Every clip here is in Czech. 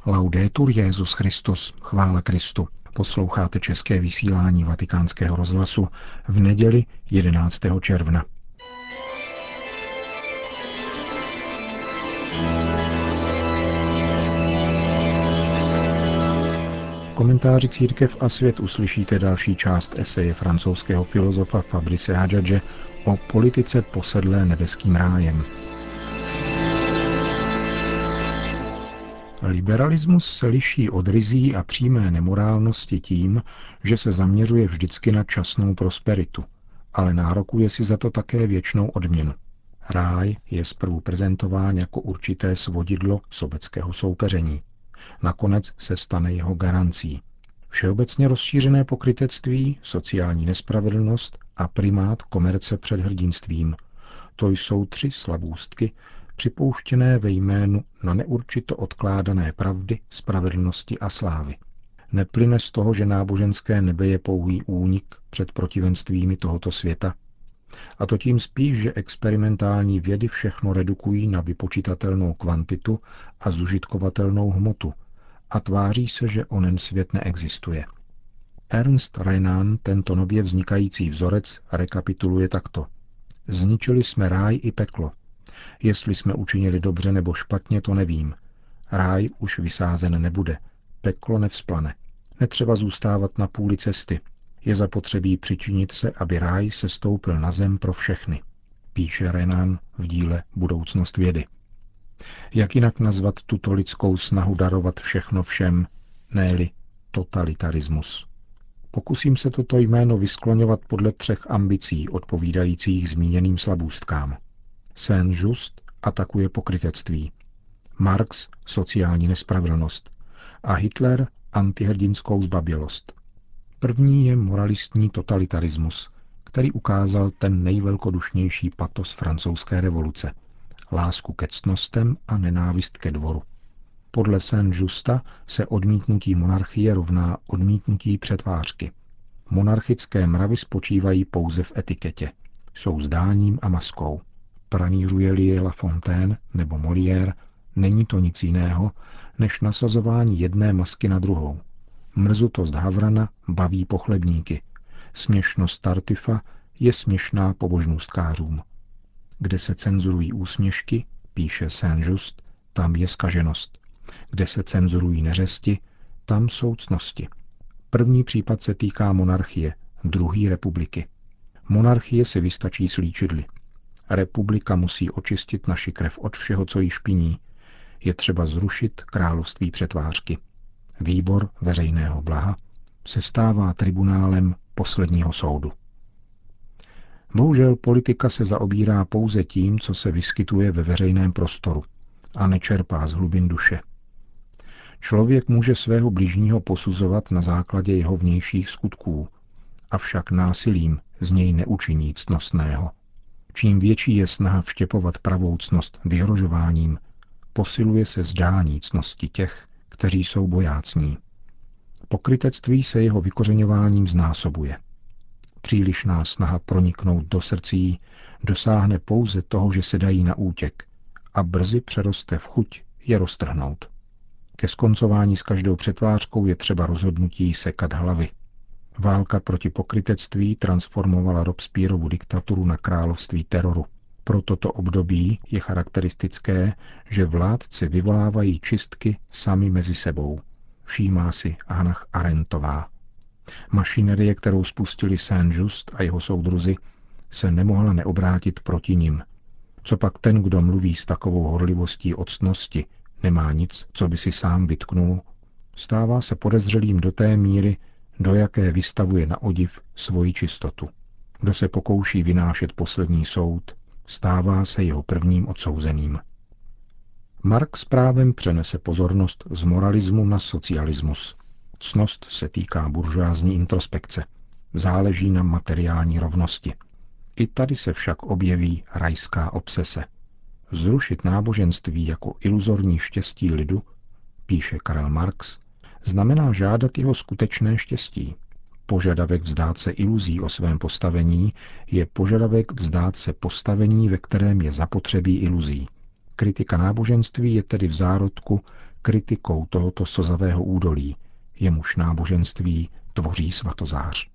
Laudetur Jesus Christus, chvála Kristu. Posloucháte české vysílání Vatikánského rozhlasu v neděli 11. června. V komentáři Církev a svět uslyšíte další část eseje francouzského filozofa Fabrice Hadžadže o politice posedlé nebeským rájem. Liberalismus se liší od ryzí a přímé nemorálnosti tím, že se zaměřuje vždycky na časnou prosperitu, ale nárokuje si za to také věčnou odměnu. Ráj je zprvu prezentován jako určité svodidlo sobeckého soupeření. Nakonec se stane jeho garancí. Všeobecně rozšířené pokrytectví, sociální nespravedlnost a primát komerce před hrdinstvím. To jsou tři slabůstky, připouštěné ve jménu na neurčito odkládané pravdy, spravedlnosti a slávy. Neplyne z toho, že náboženské nebe je pouhý únik před protivenstvími tohoto světa? A to tím spíš, že experimentální vědy všechno redukují na vypočitatelnou kvantitu a zužitkovatelnou hmotu a tváří se, že onen svět neexistuje. Ernst Renan tento nově vznikající vzorec rekapituluje takto. Zničili jsme ráj i peklo. Jestli jsme učinili dobře nebo špatně, to nevím. Ráj už vysázen nebude, peklo nevzplane. Netřeba zůstávat na půli cesty. Je zapotřebí přičinit se, aby ráj se stoupil na zem pro všechny, píše Renan v díle Budoucnost vědy. Jak jinak nazvat tuto lidskou snahu darovat všechno všem, ne-li totalitarismus? Pokusím se toto jméno vyskloňovat podle třech ambicí odpovídajících zmíněným slabůstkám. Saint-Just atakuje pokrytectví, Marx sociální nespravedlnost a Hitler antihrdinskou zbabělost. První je moralistní totalitarismus, který ukázal ten nejvelkodušnější patos francouzské revoluce. Lásku ke ctnostem a nenávist ke dvoru. Podle Saint-Justa se odmítnutí monarchie rovná odmítnutí přetvářky. Monarchické mravy spočívají pouze v etiketě. Jsou zdáním a maskou. Pranířuje-li je La Fontaine nebo Molière, není to nic jiného, než nasazování jedné masky na druhou. Mrzutost Havrana baví pochlebníky. Směšnost Tartufa je směšná pobožnůstkářům. Kde se cenzurují úsměšky, píše Saint-Just, tam je zkaženost. Kde se cenzurují neřesti, tam jsou ctnosti. První případ se týká monarchie, druhý republiky. Monarchie si vystačí s líčidly. Republika musí očistit naši krev od všeho, co jí špiní. Je třeba zrušit království přetvářky. Výbor veřejného blaha se stává tribunálem posledního soudu. Bohužel politika se zaobírá pouze tím, co se vyskytuje ve veřejném prostoru a nečerpá z hlubin duše. Člověk může svého bližního posuzovat na základě jeho vnějších skutků, avšak násilím z něj neučiní ctnostného. Čím větší je snaha vštěpovat pravou ctnost vyhrožováním, posiluje se zdání ctnosti těch, kteří jsou bojácní. Pokrytectví se jeho vykořeňováním znásobuje. Přílišná snaha proniknout do srdcí dosáhne pouze toho, že se dají na útěk a brzy přeroste v chuť je roztrhnout. Ke skoncování s každou přetvářkou je třeba rozhodnutí sekat hlavy. Válka proti pokrytectví transformovala Robespierrovu diktaturu na království teroru. Pro toto období je charakteristické, že vládci vyvolávají čistky sami mezi sebou. Všímá si Hannah Arendtová. Mašinerie, kterou spustili Saint-Just a jeho soudruzi, se nemohla neobrátit proti nim. Copak ten, kdo mluví s takovou horlivostí o ctnosti, nemá nic, co by si sám vytknul? Stává se podezřelým do té míry, do jaké vystavuje na odiv svoji čistotu. Kdo se pokouší vynášet poslední soud, stává se jeho prvním odsouzeným. Marx právem přenese pozornost z moralismu na socialismus. Ctnost se týká buržoázní introspekce. Záleží na materiální rovnosti. I tady se však objeví rajská obsese. Zrušit náboženství jako iluzorní štěstí lidu, píše Karel Marx, znamená žádat jeho skutečné štěstí. Požadavek vzdát se iluzí o svém postavení je požadavek vzdát se postavení, ve kterém je zapotřebí iluzí. Kritika náboženství je tedy v zárodku kritikou tohoto slzavého údolí, jemuž náboženství tvoří svatozář.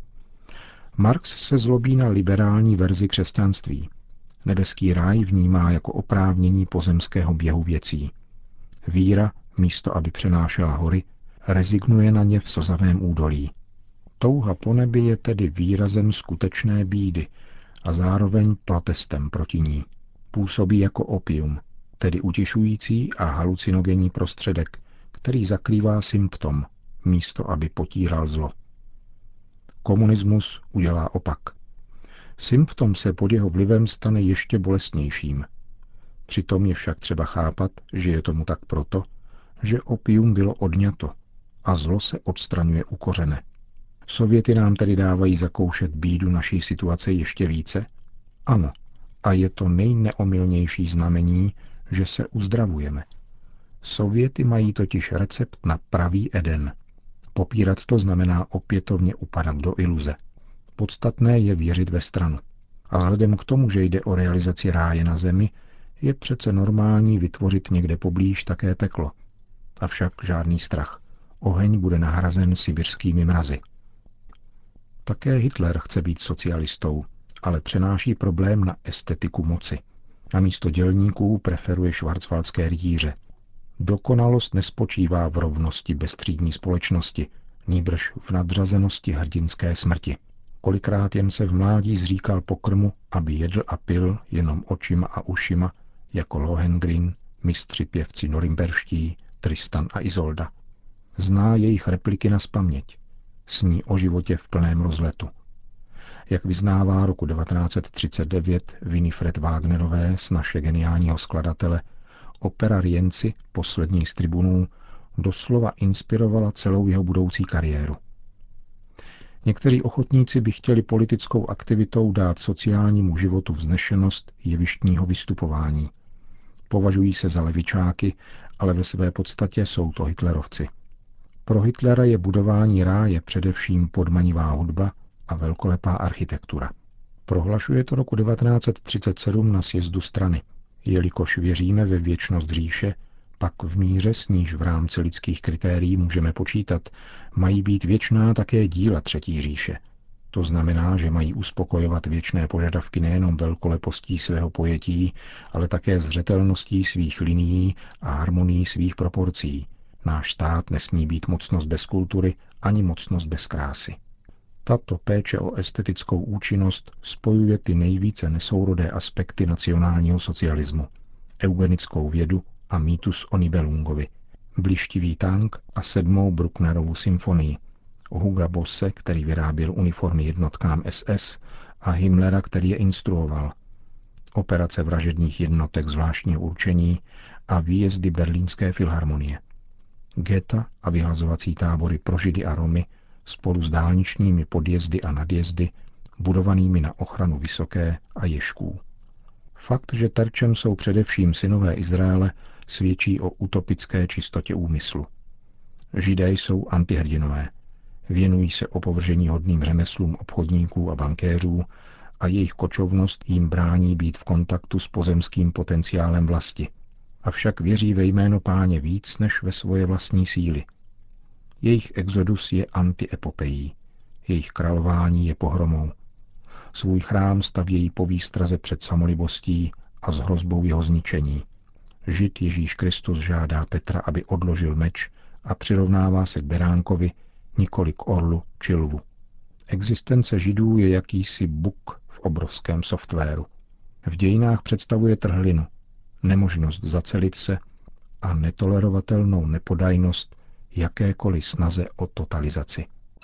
Marx se zlobí na liberální verzi křesťanství. Nebeský ráj vnímá jako oprávnění pozemského běhu věcí. Víra, místo aby přenášela hory, rezignuje na ně v slzavém údolí. Touha po nebi je tedy výrazem skutečné bídy a zároveň protestem proti ní. Působí jako opium, tedy utišující a halucinogenní prostředek, který zakrývá symptom, místo aby potíral zlo. Komunismus udělá opak. Symptom se pod jeho vlivem stane ještě bolestnějším. Přitom je však třeba chápat, že je tomu tak proto, že opium bylo odňato a zlo se odstraňuje u kořene. Sověty nám tedy dávají zakoušet bídu naší situace ještě více? Ano, a je to nejneomylnější znamení, že se uzdravujeme. Sověty mají totiž recept na pravý Eden. Popírat to znamená opětovně upadat do iluze. Podstatné je věřit ve stranu. A vzhledem k tomu, že jde o realizaci ráje na zemi, je přece normální vytvořit někde poblíž také peklo. Avšak žádný strach. Oheň bude nahrazen sibirskými mrazy. Také Hitler chce být socialistou, ale přenáší problém na estetiku moci. Namísto dělníků preferuje švarcvaldské rytíře. Dokonalost nespočívá v rovnosti bezstřídní společnosti, nýbrž v nadřazenosti hrdinské smrti. Kolikrát jen se v mládí zříkal pokrmu, aby jedl a pil jenom očima a ušima, jako Lohengrin, mistři pěvci norimberští, Tristan a Isolda. Zná jejich repliky nazpaměť. Sní o životě v plném rozletu. Jak vyznává roku 1939 Winifred Wagnerové z naše geniálního skladatele, opera Rienzi, poslední z tribunů, doslova inspirovala celou jeho budoucí kariéru. Někteří ochotníci by chtěli politickou aktivitou dát sociálnímu životu vznešenost jevištního vystupování. Považují se za levičáky, ale ve své podstatě jsou to hitlerovci. Pro Hitlera je budování ráje především podmanivá hudba a velkolepá architektura. Prohlašuje to roku 1937 na sjezdu strany. Jelikož věříme ve věčnost říše, pak v míře, s níž v rámci lidských kritérií můžeme počítat, mají být věčná také díla Třetí říše. To znamená, že mají uspokojovat věčné požadavky nejenom velkolepostí svého pojetí, ale také zřetelností svých linií a harmonií svých proporcí. Náš stát nesmí být mocnost bez kultury ani mocnost bez krásy. Tato péče o estetickou účinnost spojuje ty nejvíce nesourodé aspekty nacionálního socialismu. Eugenickou vědu a mýtus o Nibelungovi, blištivý tank a 7. Brucknerovu symfonii, Huga Bosse, který vyráběl uniformy jednotkám SS, a Himmlera, který je instruoval, operace vražedných jednotek zvláštního určení a výjezdy Berlínské filharmonie. Geta a vyhlazovací tábory pro Židy a Romy spolu s dálničními podjezdy a nadjezdy, budovanými na ochranu Vysoké a Ježků. Fakt, že terčem jsou především synové Izraele, svědčí o utopické čistotě úmyslu. Židé jsou antihrdinové. Věnují se opovrženíhodným řemeslům obchodníků a bankéřů a jejich kočovnost jim brání být v kontaktu s pozemským potenciálem vlasti. Avšak věří ve jméno Páně víc než ve svoje vlastní síly. Jejich exodus je antiepopejí. Jejich králování je pohromou. Svůj chrám stavějí po výstraze před samolibostí a s hrozbou jeho zničení. Žid Ježíš Kristus žádá Petra, aby odložil meč a přirovnává se k beránkovi, nikoli k orlu či lvu. Existence Židů je jakýsi bug v obrovském softwaru. V dějinách představuje trhlinu, nemožnost zacelit se a netolerovatelnou nepodajnost jakékoliv snaze o totalizaci.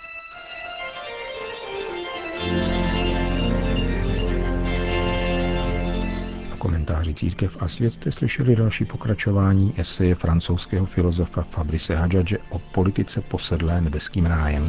V komentáři Církev a svět jste slyšeli další pokračování eseje francouzského filozofa Fabrice Hadžadže o politice posedlé nebeským rájem.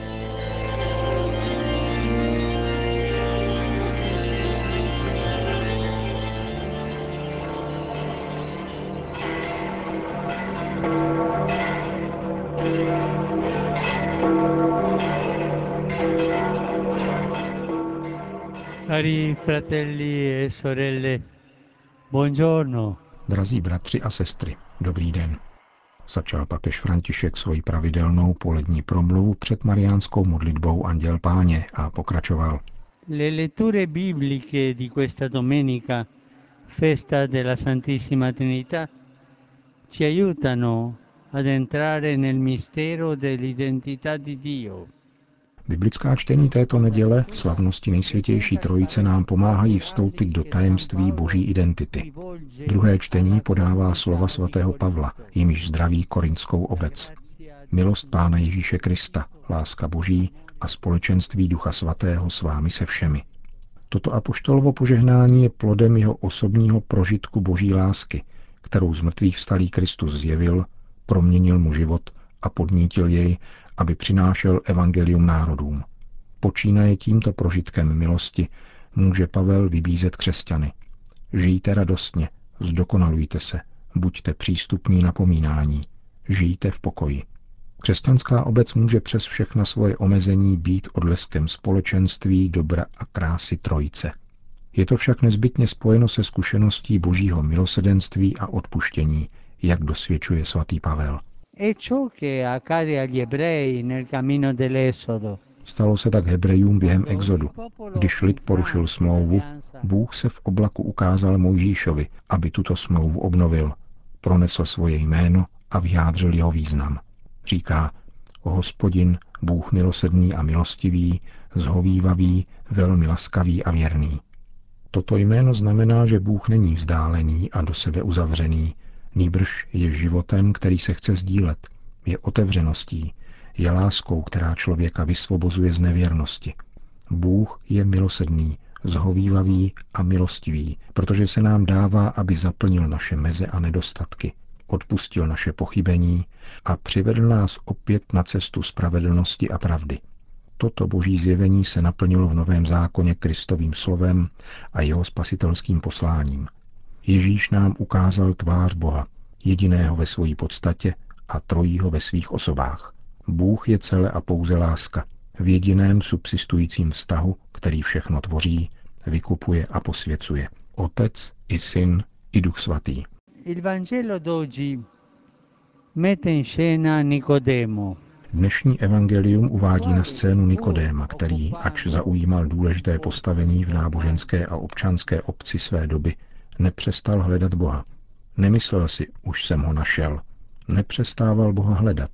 Cari fratelli e sorelle, buongiorno. Drazí bratři a sestry, dobrý den. Začal papež František svoji pravidelnou polední promluvu před mariánskou modlitbou Anděl Páně a pokračoval. Le letture bibliche di questa domenica, festa della Santissima Trinità, ci aiutano ad entrare nel mistero dell'identità di Dio. Biblická čtení této neděle, slavnosti Nejsvětější Trojice, nám pomáhají vstoupit do tajemství boží identity. Druhé čtení podává slova svatého Pavla, jimiž zdraví korintskou obec. Milost Pána Ježíše Krista, láska boží a společenství Ducha Svatého s vámi se všemi. Toto apoštolovo požehnání je plodem jeho osobního prožitku boží lásky, kterou z mrtvých vstalý Kristus zjevil, proměnil mu život a podnítil jej, aby přinášel evangelium národům. Počínaje tímto prožitkem milosti může Pavel vybízet křesťany. Žijte radostně, zdokonalujte se, buďte přístupní napomínání, žijte v pokoji. Křesťanská obec může přes všechna svoje omezení být odleskem společenství, dobra a krásy Trojice. Je to však nezbytně spojeno se zkušeností božího milosedenství a odpuštění, jak dosvědčuje svatý Pavel. Stalo se tak Hebrejům během exodu. Když lid porušil smlouvu, Bůh se v oblaku ukázal Mojžíšovi, aby tuto smlouvu obnovil, pronesl svoje jméno a vyjádřil jeho význam. Říká: O Hospodin, Bůh milosrdný a milostivý, zhovívavý, velmi laskavý a věrný. Toto jméno znamená, že Bůh není vzdálený a do sebe uzavřený, nýbrž je životem, který se chce sdílet, je otevřeností, je láskou, která člověka vysvobozuje z nevěrnosti. Bůh je milosrdný, zhovívavý a milostivý, protože se nám dává, aby zaplnil naše meze a nedostatky, odpustil naše pochybení a přivedl nás opět na cestu spravedlnosti a pravdy. Toto boží zjevení se naplnilo v Novém zákoně Kristovým slovem a jeho spasitelským posláním. Ježíš nám ukázal tvář Boha, jediného ve své podstatě a trojího ve svých osobách. Bůh je celé a pouze láska, v jediném subsistujícím vztahu, který všechno tvoří, vykupuje a posvěcuje. Otec i Syn i Duch Svatý. Il Vangelo d'oggi mette in scena Nicodemo. Dnešní evangelium uvádí na scénu Nikodéma, který, ač zaujímal důležité postavení v náboženské a občanské obci své doby, nepřestal hledat Boha. Nemyslel si, už jsem ho našel. Nepřestával Boha hledat.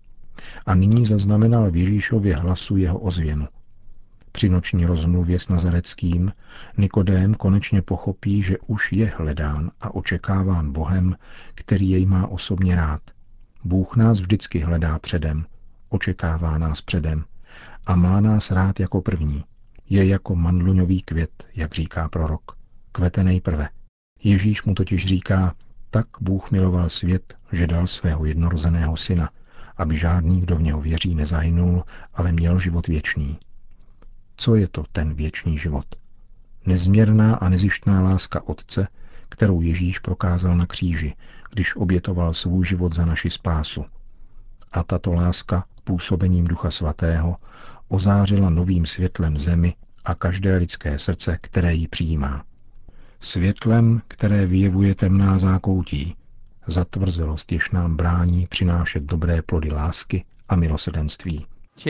A nyní zaznamenal v Ježíšově hlasu jeho ozvěnu. Při noční rozmluvě s Nazareckým Nikodém konečně pochopí, že už je hledán a očekáván Bohem, který jej má osobně rád. Bůh nás vždycky hledá předem, očekává nás předem a má nás rád jako první. Je jako mandluňový květ, jak říká prorok. Kvete nejprve. Ježíš mu totiž říká: tak Bůh miloval svět, že dal svého jednorozeného syna, aby žádný, kdo v něho věří, nezahynul, ale měl život věčný. Co je to ten věčný život? Nezměrná a nezištná láska Otce, kterou Ježíš prokázal na kříži, když obětoval svůj život za naši spásu. A tato láska působením Ducha Svatého ozářila novým světlem zemi a každé lidské srdce, které ji přijímá. Světlem, které vyjevuje temná zákoutí, zatvrzelost, jež nám brání přinášet dobré plody lásky a milosrdenství.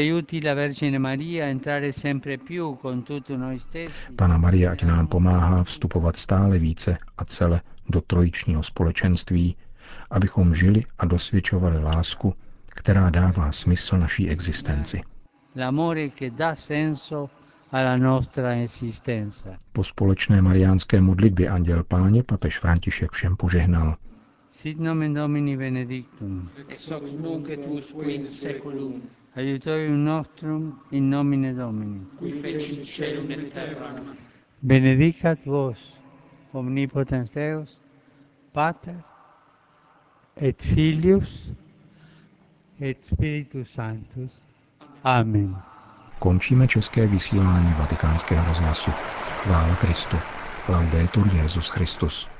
Panna Maria ať nám pomáhá vstupovat stále více a cele do trojičního společenství, abychom žili a dosvědčovali lásku, která dává smysl naší existenci. Po společné mariánské modlitbě Anděl Páně papež František všem požehnal. Sit nomen Domini benedictum. Ex hoc nunc et usque in seculum. Aiutorium nostrum in nomine Domini. Qui fecit caelum et terram. Benedicat vos, omnipotens Deus, Pater et Filius et Spiritus Sanctus. Amen. Končíme české vysílání Vatikánského rozhlasu. Chvála Kristu. Laudetur Jesus Christus.